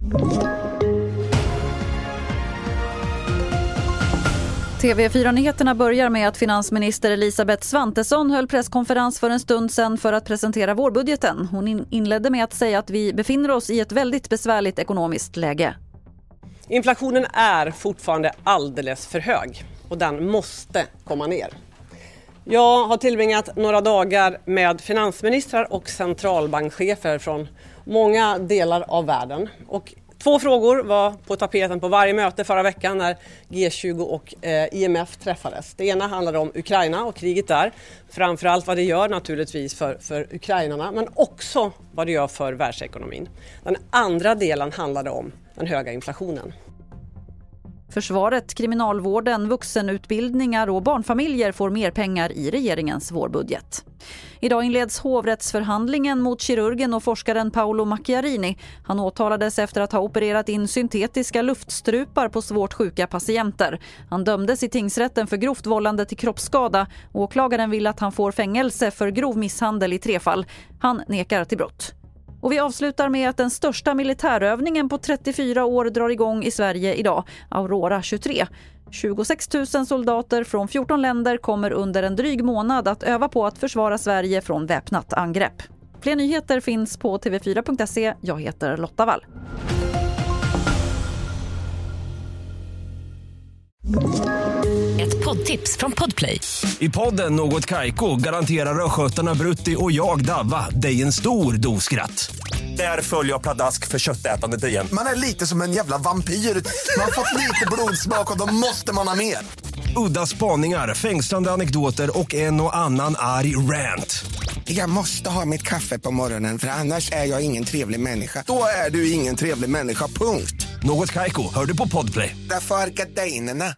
TV4-nyheterna börjar med att finansminister Elisabeth Svantesson höll presskonferens för en stund sedan för att presentera vårbudgeten. Hon inledde med att säga att vi befinner oss i ett väldigt besvärligt ekonomiskt läge. Inflationen är fortfarande alldeles för hög och den måste komma ner. Jag har tillbringat några dagar med finansministrar och centralbankschefer från många delar av världen. Och 2 frågor var på tapeten på varje möte förra veckan när G20 och IMF träffades. Det ena handlade om Ukraina och kriget där. Framförallt vad det gör naturligtvis för ukrainarna, men också vad det gör för världsekonomin. Den andra delen handlade om den höga inflationen. Försvaret, kriminalvården, vuxenutbildningar och barnfamiljer får mer pengar i regeringens vårbudget. Idag inleds hovrättsförhandlingen mot kirurgen och forskaren Paolo Macchiarini. Han åtalades efter att ha opererat in syntetiska luftstrupar på svårt sjuka patienter. Han dömdes i tingsrätten för grovt vållande till kroppsskada. Åklagaren vill att han får fängelse för grov misshandel i 3 fall. Han nekar till brott. Och vi avslutar med att den största militärövningen på 34 år drar igång i Sverige idag, Aurora 23. 26 000 soldater från 14 länder kommer under en dryg månad att öva på att försvara Sverige från väpnat angrepp. Fler nyheter finns på tv4.se. Jag heter Lotta Wall. Ett poddtips från Podplay. I podden Något Kaiko garanterar röskötarna Brutti och jag Davva dig en stor doskratt. Där följer jag pladask för köttätandet igen. Man är lite som en jävla vampyr. Man har fått lite blodsmak och då måste man ha mer. Udda spaningar, fängslande anekdoter och en och annan arg rant. Jag måste ha mitt kaffe på morgonen för annars är jag ingen trevlig människa. Då är du ingen trevlig människa, punkt. Något Kaiko, hör du på Podplay. Därför är gardinerna.